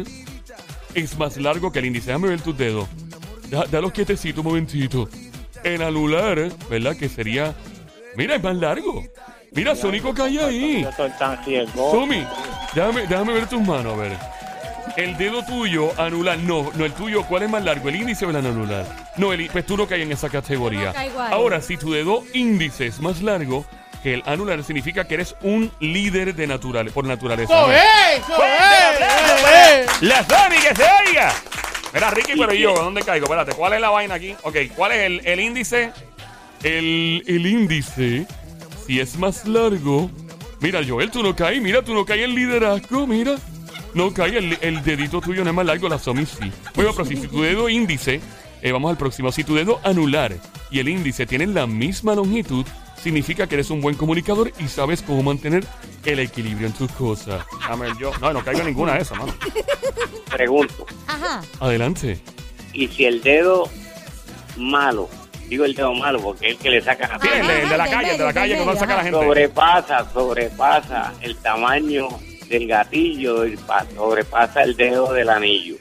es más largo que el índice. Déjame ver tus dedos. Da, dalos quietecito un momentito. El anular, ¿verdad? Que sería... Mira, es más largo. Mira, Sónico, cae ahí. Yo estoy tan ciego. Somi, déjame, déjame ver tus manos, a ver. El dedo tuyo anular, no, no el tuyo, ¿cuál es más largo? ¿El índice o el anular? No, el, pues tú no caes en esa categoría. Yo no caigo ahí. Ahora, si tu dedo índice es más largo que el anular, significa que eres un líder de natural, por naturaleza. ¡Eso ¿no? es! ¡Eso ¡Fuerte es! el aplauso ¡Eso para es! la Sony, que se oiga! Mira, Ricky, pero yo, ¿dónde caigo? Espérate, ¿cuál es la vaina aquí? Ok, ¿cuál es el, el índice? El, el índice, si es más largo... Mira, Joel, tú no caes, mira, tú no caes en liderazgo, mira. No cae, el, el dedito tuyo no es más largo, la Somi sí. Bueno, pero si, si tu dedo índice, eh, vamos al próximo, si tu dedo anular y el índice tienen la misma longitud, significa que eres un buen comunicador y sabes cómo mantener el equilibrio en tus cosas. Dame yo. No, no caigo en ninguna de esas, mano. Pregunto, Ajá. Adelante. y si el dedo malo, digo el dedo malo porque es el que le saca a Sí, el de, el de la Del calle, el de la medio, calle del que no medio, saca a la gente. sobrepasa, sobrepasa el tamaño del gatillo y pa- sobrepasa el dedo del anillo.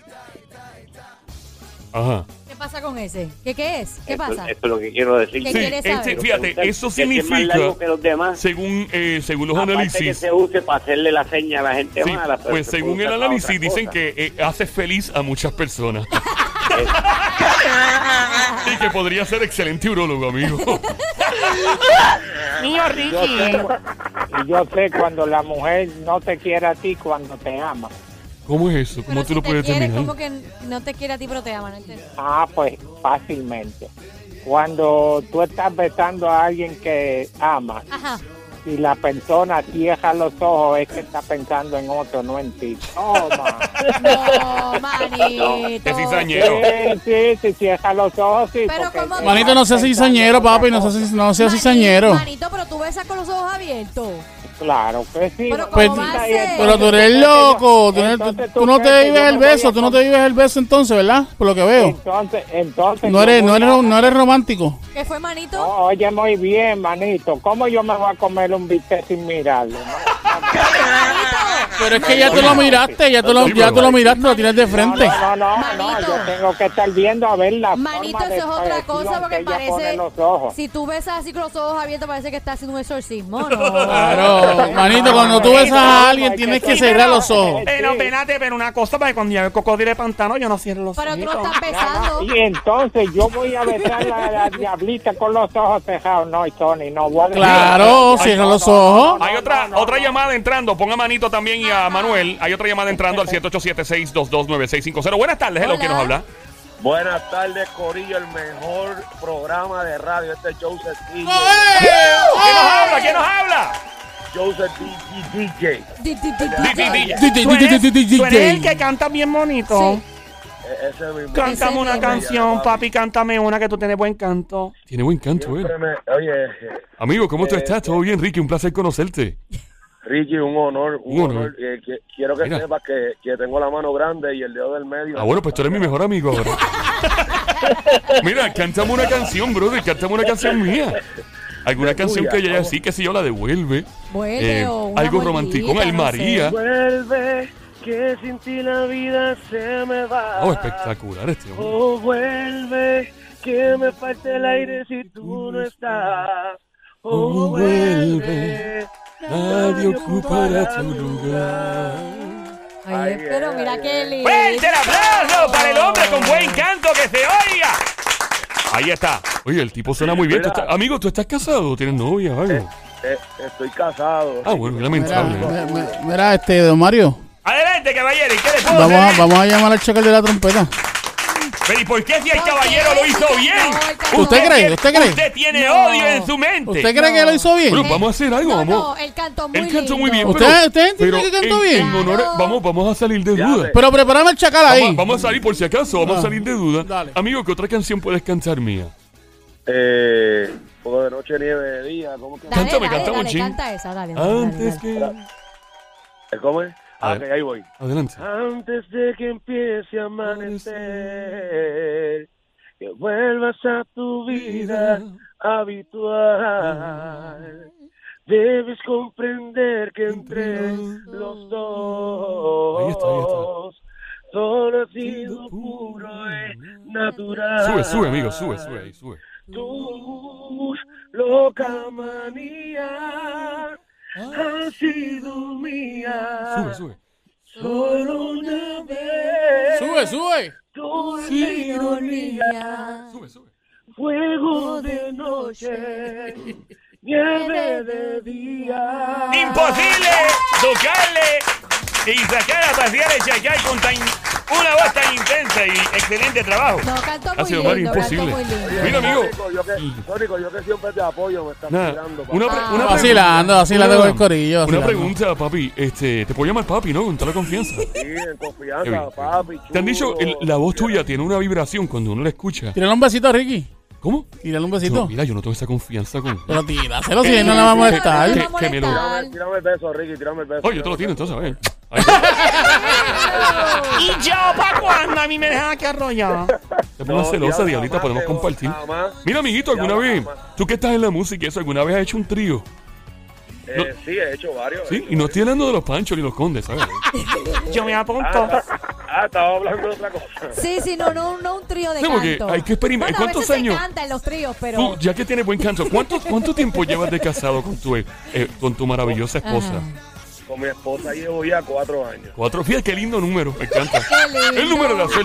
Ajá. ¿Qué pasa con ese? ¿Qué, qué es? ¿Qué Esto, pasa? esto es lo que quiero decir. ¿Qué Sí, quieres este, saber? fíjate, eso Que si es más significa, largo que los demás, según, eh, según los aparte que análisis, se use para hacerle la seña a la gente sí, mala. pero pues se según puede el usar para análisis otras dicen cosas. que eh, hace feliz a muchas personas. Y que podría ser excelente urólogo, amigo. Mío, Yo Ricky. sé, y yo sé cuando la mujer no te quiere a ti, cuando te ama. ¿Cómo es eso? ¿Cómo Pero tú si lo te puedes quiere, terminar? como que no te quiere a ti, pero te ama, ¿no entiendes? Ah, pues fácilmente. Cuando tú estás besando a alguien que ama Ajá. y la persona cierra los ojos, es que está pensando en otro, no en ti. Toma. No, manito. Que cizañero. Sí, sí, si cierra los ojos, sí. Pero porque ¿cómo? está Manito, no seas pensando cizañero, en otra papi, no cosa. seas, no seas Manito, cizañero. Manito, pero tú besas con los ojos abiertos. Claro que sí. Pero Pues, ¿cómo va a ser? Pero tú eres loco, tú, no- Entonces, tú- tú no crees te que vives yo el me voy a beso, tú no te comer- vives el beso entonces, ¿verdad? Por lo que veo. Entonces, entonces. No yo eres, no voy eres, a- no eres romántico. ¿Qué fue, manito? No, oye, muy bien, manito. ¿Cómo yo me voy a comer un bistec sin mirarlo? No, Pero es que ya tú lo miraste, ya tú lo, ya tú lo miraste, lo tienes de frente. no, no, no, no, Manito. yo tengo que estar viendo a ver la Manito, forma de eso es otra expresión cosa porque que ella pone parece. los ojos. Si tú besas así con los ojos abiertos, parece que estás haciendo un exorcismo, ¿no? Claro, manito, cuando tú besas a alguien tienes que cerrar los ojos. Pero espérate, pero una cosa, porque cuando ya veo cocodrilo de pantano, yo no cierro los ojos. Pero tú no estás besando. Y entonces yo voy a besar a la diablita con los ojos cerrados. No, Tony, no voy a Claro, cierra los ojos. Hay otra no, no, otra no. llamada entrando. Ponga Manito también y a Manuel. Hay otra llamada entrando al siete ocho siete, seis dos dos, nueve seis cinco cero. Buenas tardes, hello, Hola. ¿quién nos habla? Buenas tardes, Corillo, el mejor programa de radio. Este es Joseph D J. ¿Quién nos habla? ¿Quién nos habla? Joseph D J. Di- di- di- di- D J. Tú eres, tú eres el que canta bien bonito. Sí. E- Ese mismo. Cántame Ese una mismo. canción, papi, cántame una que tú tienes buen canto. Tiene buen canto, Siempre eh. me- Oye, Amigo, ¿cómo tú Eh, estás? ¿Todo bien, Ricky? Un placer conocerte. Ricky, un honor, un, Un honor. honor. Eh, que- quiero que Mira. sepas que, que tengo la mano grande y el dedo del medio. Ah, bueno, pues tú eres mi mejor amigo ahora. Mira, cántame una canción, brother. Cántame una canción mía. Alguna De canción tuya, que ella vamos. así, que si yo la devuelve. Vuelve Eh, o una algo mordidita, romántico. El no María. sé. Vuelve, que sin ti la vida se me va. Oh, espectacular este hombre. Oh, vuelve, que me falta el aire si tú no estás. Oh, vuelve, Nadie ocupará tu lugar. Ay, Ay, pero ay, mira ay, qué ay. lindo. ¡Fuerte el aplauso para el hombre con buen canto que se oiga! Ahí está. Oye, el tipo suena muy bien. ¿Tú Mira. estás- amigo, ¿tú estás casado? ¿Tienes novia o algo? Eh, estoy casado. Ah, bueno, qué Mira, lamentable. mira, mira, mira, este, don Mario, Adelante, caballero. ¿Y qué le puedo vamos a, hacer? vamos a llamar al choker de la trompeta. Pero ¿y por qué si el ¿Por qué? caballero lo hizo bien? No, el caballero- ¿Usted cree? tiene- ¿Usted cree? Usted tiene No. odio en su mente. ¿Usted cree que lo hizo bien? Bueno, vamos a hacer algo, No, vamos. no, él cantó muy Él cantó muy bien. lindo. ¿Usted- pero- usted entiende pero que cantó en- bien? en honor- Claro. vamos, vamos a salir de Ya duda. ve. Pero prepárame el chacal ahí. Vamos, vamos a salir por si acaso, vamos a Ah, salir de duda. dale. Amigo, ¿qué otra canción puedes cantar mía? Eh, poco de noche, nieve de día. ¿Cómo que? Dale, Cántame, dale, canta un dale, chin. canta esa, dale. dale, dale, Antes dale. que... ¿Cómo es? A Ah, ver. ok, ahí voy. Adelante. Antes de que empiece a amanecer, que vuelvas a tu vida habitual. Debes comprender que entre los dos Ahí está, ahí está. todo ha sido puro y natural. Sube, sube, amigo, sube, sube ahí, sube. Tu loca manía ha sido mía. Sube, sube. Solo una vez. Sube, sube. Tu Ironía. ironía. Sube, sube. Fuego de noche. Nieve de día. Imposible tocarle y sacar a pasear el chacal con tan, una voz tan intensa y excelente trabajo. No, cantó Ha muy sido Mario, lindo, cantó imposible. muy lindo. Mira, amigo. Sónico, yo que, Sónico, yo que siempre te apoyo, me estás Nada, tirando. una, papá. pre- una Vacilando, vacilando una- con el corillo, Una vacilando. pregunta, papi. Este, te puedo llamar papi, ¿no? Con toda la confianza. Sí, en Qué bien. confianza, papi. Te han dicho, chulo. el- la voz tuya tiene una vibración cuando uno la escucha. Tírale un besito a Ricky. ¿Cómo? Tírale un Yo, besito. mira, yo no tengo esa confianza con... Pero tíraselo si él no le va a molestar. Que- No va a que me lo- molestar. Tírame, tírame el beso, Ricky, tírame el beso. Oye, yo te lo tiro entonces, a ver. Ahí. ¿Y yo para cuándo? A mí me dejan aquí arrollado. Te pongas No, celosa, diablo, diablita, jamás, podemos que- compartir. jamás. Mira, amiguito, ¿alguna Diablo, vez? jamás. Tú que estás en la música y eso, ¿alguna vez has hecho un trío? Eh, sí, he hecho varios. Sí, y no estoy hablando de los Panchos ni los Condes, ¿sabes? Yo me apunto. Ah, ah, estaba hablando de otra cosa. Sí, sí, no, no, no un trío de Sí, porque canto. hay que experimentar. Bueno, a ¿Cuántos veces años? se canta en los tríos, pero... Tú, ya que tienes buen canto, ¿cuánto, cuánto tiempo llevas de casado con tu, eh, con tu maravillosa esposa? Ajá. Con mi esposa llevo ya cuatro años. Cuatro. Fíjate qué lindo número, me encanta. Qué lindo. El número de la suerte.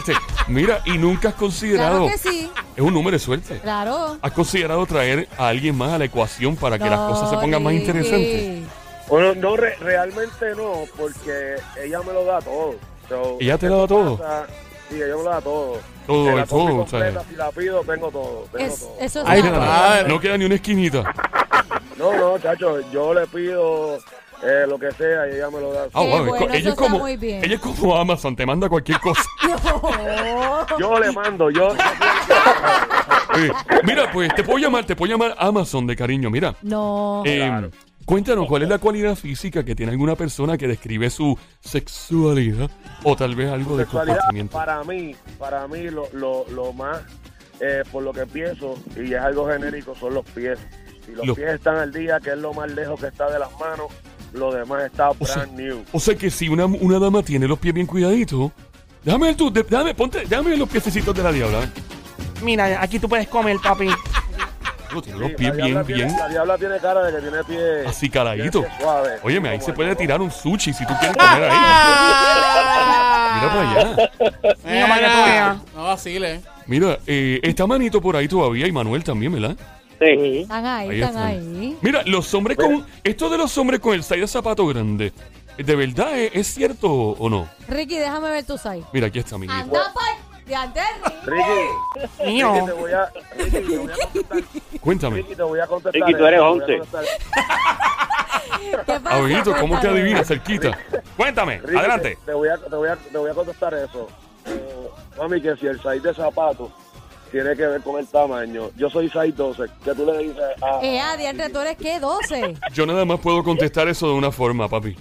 Mira, y nunca has considerado. Claro que sí. Es un número de suerte. Claro. ¿Has considerado traer a alguien más a la ecuación para que No, las cosas se pongan más Ricky. interesantes? Bueno, no, re- realmente no, porque ella me lo da todo. So, ¿Ella te lo da todo? pasa- Sí, ella me lo da todo. Todo, Eh, la todo, compro o sea. completa, si la pido, tengo todo. Tengo Es- todo. eso es Ay, No nada. queda nada. padre. No queda ni una esquinita. No, no, chacho, yo le pido eh, lo que sea y ella me lo da. Ah, Qué wow, es co- bueno, ella eso es como está muy bien. ella es como Amazon, te manda cualquier cosa. No. Yo le mando, yo... Eh, mira, pues te puedo llamar, te puedo llamar Amazon de cariño. Mira, No. eh, cuéntanos cuál es la cualidad física que tiene alguna persona que describe su sexualidad o tal vez algo de Sexualidad, comportamiento. para mí, para mí lo, lo, lo más, eh, por lo que pienso, y es algo genérico, son los pies. Si los Los- pies están al día, que es lo más lejos que está de las manos, lo demás está O sea, brand new. o sea que si una, una dama tiene los pies bien cuidaditos, déjame ver tú, de- déjame, ponte, déjame ver los piececitos de la diabla. ¿eh? Mira, aquí tú puedes comer, papi. No, tiene Sí, los la pies diabla bien, tiene- bien La diabla tiene cara de que tiene pies... así caladitos. tiene pies suaves. Óyeme, ahí Como se el puede mono. tirar un sushi si tú quieres comer ahí. Mira para allá. Mira, para que tú veas. No vacile. Mira, eh, está Manito por ahí todavía y Manuel también, ¿verdad? Sí. Están ahí, Ahí están están. ahí. Mira, los hombres con... Esto de los hombres con el size de zapato grande, ¿de verdad es, es cierto o no? Ricky, déjame ver tu site. Mira, aquí está mi guía. Anda pa' de antes, Ricky, Ricky, Mío. te voy a, Ricky, te voy a contestar. Cuéntame. Ricky, te voy a contestar. Ricky, tú eres esto, te voy a once. contestar. ¿Qué pasa? Abelito, ¿cómo que Cuéntame. adivina? Cerquita. Cuéntame, Ricky, adelante. Te, te voy a, te, voy a, te voy a contestar eso. Eh, mami, que si el size de zapatos tiene que ver con el tamaño. Yo soy size doce. ¿Qué tú le dices a...? Eh, Adiante, ¿tú eres qué? doce. Yo nada más puedo contestar eso de una forma, papi.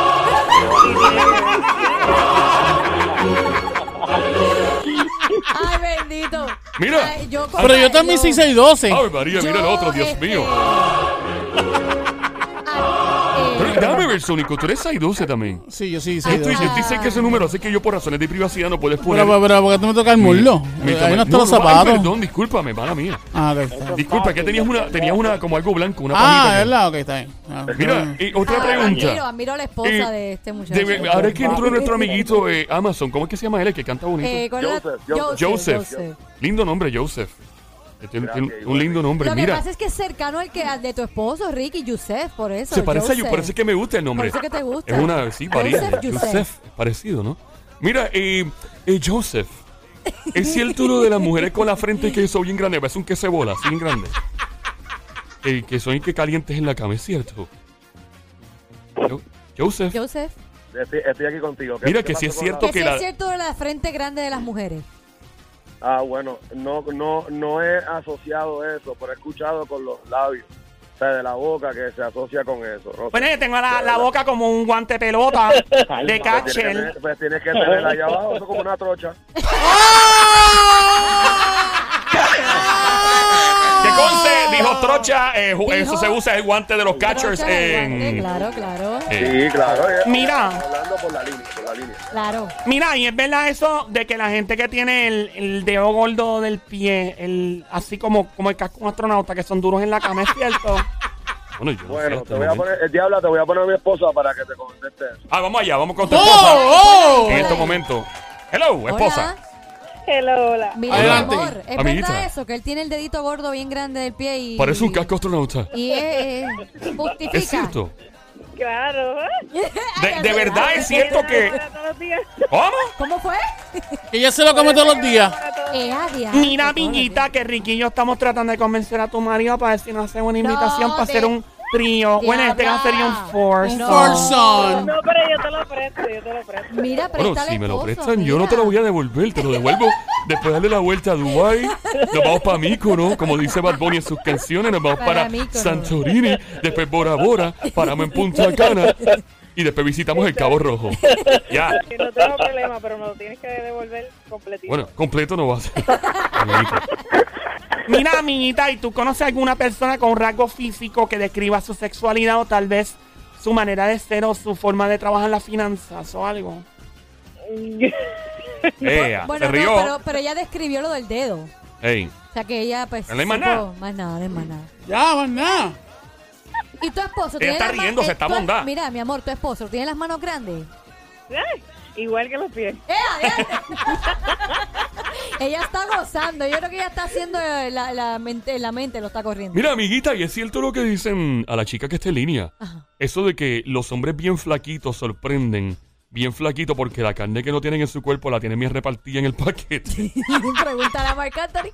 Ay, bendito. Mira. Ay, yo Pero yo también soy seis doce. Ay, María, mira el yo, otro, Dios este, mío. ah, Pero eh, déjame ver, Sónico, tú eres seis doce también. Sí, yo sí, Yo seis estoy, doce. yo estoy sé que ese número, así que yo por razones de privacidad no puedes poner... Pero, pero, pero, ¿por qué tú me tocas el muslo? mi Ahí tamaño. no están los no, ay, zapatos. perdón, discúlpame, mala mía. Ah, ok. Disculpa, que tenías una, tenías una como algo blanco, una Ah, pajita. ¿verdad? Ok, está bien. Ah, Mira, y otra ah, pregunta. Admiro, admiro a la esposa Eh, de este muchacho. De- ahora es que entró nuestro amiguito eh, Amazon, ¿cómo es que se llama él, el que canta bonito? Eh, ¿cuál era? Joseph, Joseph. Joseph. Joseph. Lindo nombre, Joseph. Tiene, tiene Gracias, un lindo nombre, Lo que mira. pasa es que es cercano al que al de tu esposo, Ricky, Yusef, por eso. Se parece a yo, Joseph. por eso es que me gusta el nombre. Por eso que te gusta. Es una, sí, varía. Joseph, Joseph, Joseph. parecido, ¿no? Mira, eh, eh, Joseph, ¿es cierto lo de las mujeres con la frente que son bien grande? Es un que se bola, así bien grande. Eh, que son que calientes en la cama, ¿es cierto? Jo- Joseph, Joseph. Estoy, estoy aquí contigo. ¿Qué- Mira qué que sí pasó es con cierto Que que sí la- es cierto de la frente grande de las mujeres. Ah, bueno, no, no, no he asociado eso, pero he escuchado con los labios, o sea, de la boca que se asocia con eso. No sé. Bueno, yo tengo la, la boca como un guante pelota de Pues tienes, que catcher. tener, pues tienes que tener allá abajo, eso como una trocha. Que conste, dijo Trocha, eh, ju- Dijo- eso se usa el guante de los catchers Trocha de en... guante, Claro, claro. eh, Sí, claro. eh, Mira. Hablando por la línea, por la línea. Claro. Mira, y es verdad eso de que la gente que tiene el, el dedo gordo del pie, el así como, como el casco de un astronauta, que son duros en la cama, ¿es cierto? Bueno, yo no sé Bueno, hasta te el voy a momento. poner, el diablo, te voy a poner a mi esposa para que te conteste eso. Ah, vamos allá, vamos con tu esposa ¡Oh! oh. en estos momentos. Hello, esposa. Hola. Hello, hola. Mira, Adelante. mi amor, es Amiguita. verdad eso, que él tiene el dedito gordo bien grande del pie y... Parece un casco astronauta. Y es, es- justifica. ¿Es cierto? Claro. De, de verdad es cierto que... Todos los días. ¿Cómo? ¿Cómo fue? Ella se lo come todos los días. Eh, adiante, Mira, todos los amiguita, días. que Ricky y yo estamos tratando de convencer a tu marido para ver si nos hace una invitación No, para hacer de- un trío. Bueno, en este caso sería un foursome. No. Foursome. No, pero yo te lo presto, yo te lo presto. Mira, Bueno, préstale si me lo esposo, prestan, yo no te lo voy a devolver, te lo devuelvo después de darle la vuelta a Dubái. Nos vamos para Mícono, como dice Bad Bunny en sus canciones, nos vamos Para para, Mícono. Santorini, después Bora Bora, paramos en Punta Cana y después visitamos el Cabo Rojo. Ya. Que no tengo problema, pero me lo tienes que devolver completito. Bueno, completo no va a ser. Amiguito. Mira, amiguita, ¿y tú conoces alguna persona con un rasgo físico que describa su sexualidad o tal vez su manera de ser o su forma de trabajar las finanzas o algo? Ea, Bueno, se no, rió. pero, pero ella describió lo del dedo. Ey, O sea que ella, pues. No hay más supo- nada. Más nada, no hay más nada. Ya, más nada. ¿Y tu esposo Ella tiene está las ma- riéndose, eh, está tu- bondad. Mira, mi amor, tu esposo tiene las manos grandes. Ay, Igual que los pies. ¡Eh, adelante! Ella está gozando. Yo creo que ella está haciendo eh, la, la mente, la mente lo está corriendo. Mira, amiguita, y es cierto lo que dicen a la chica que está en línea. Ajá. Eso de que los hombres bien flaquitos sorprenden. Bien flaquitos porque la carne que no tienen en su cuerpo la tienen bien repartida en el paquete. Pregúntale a Marc Anthony.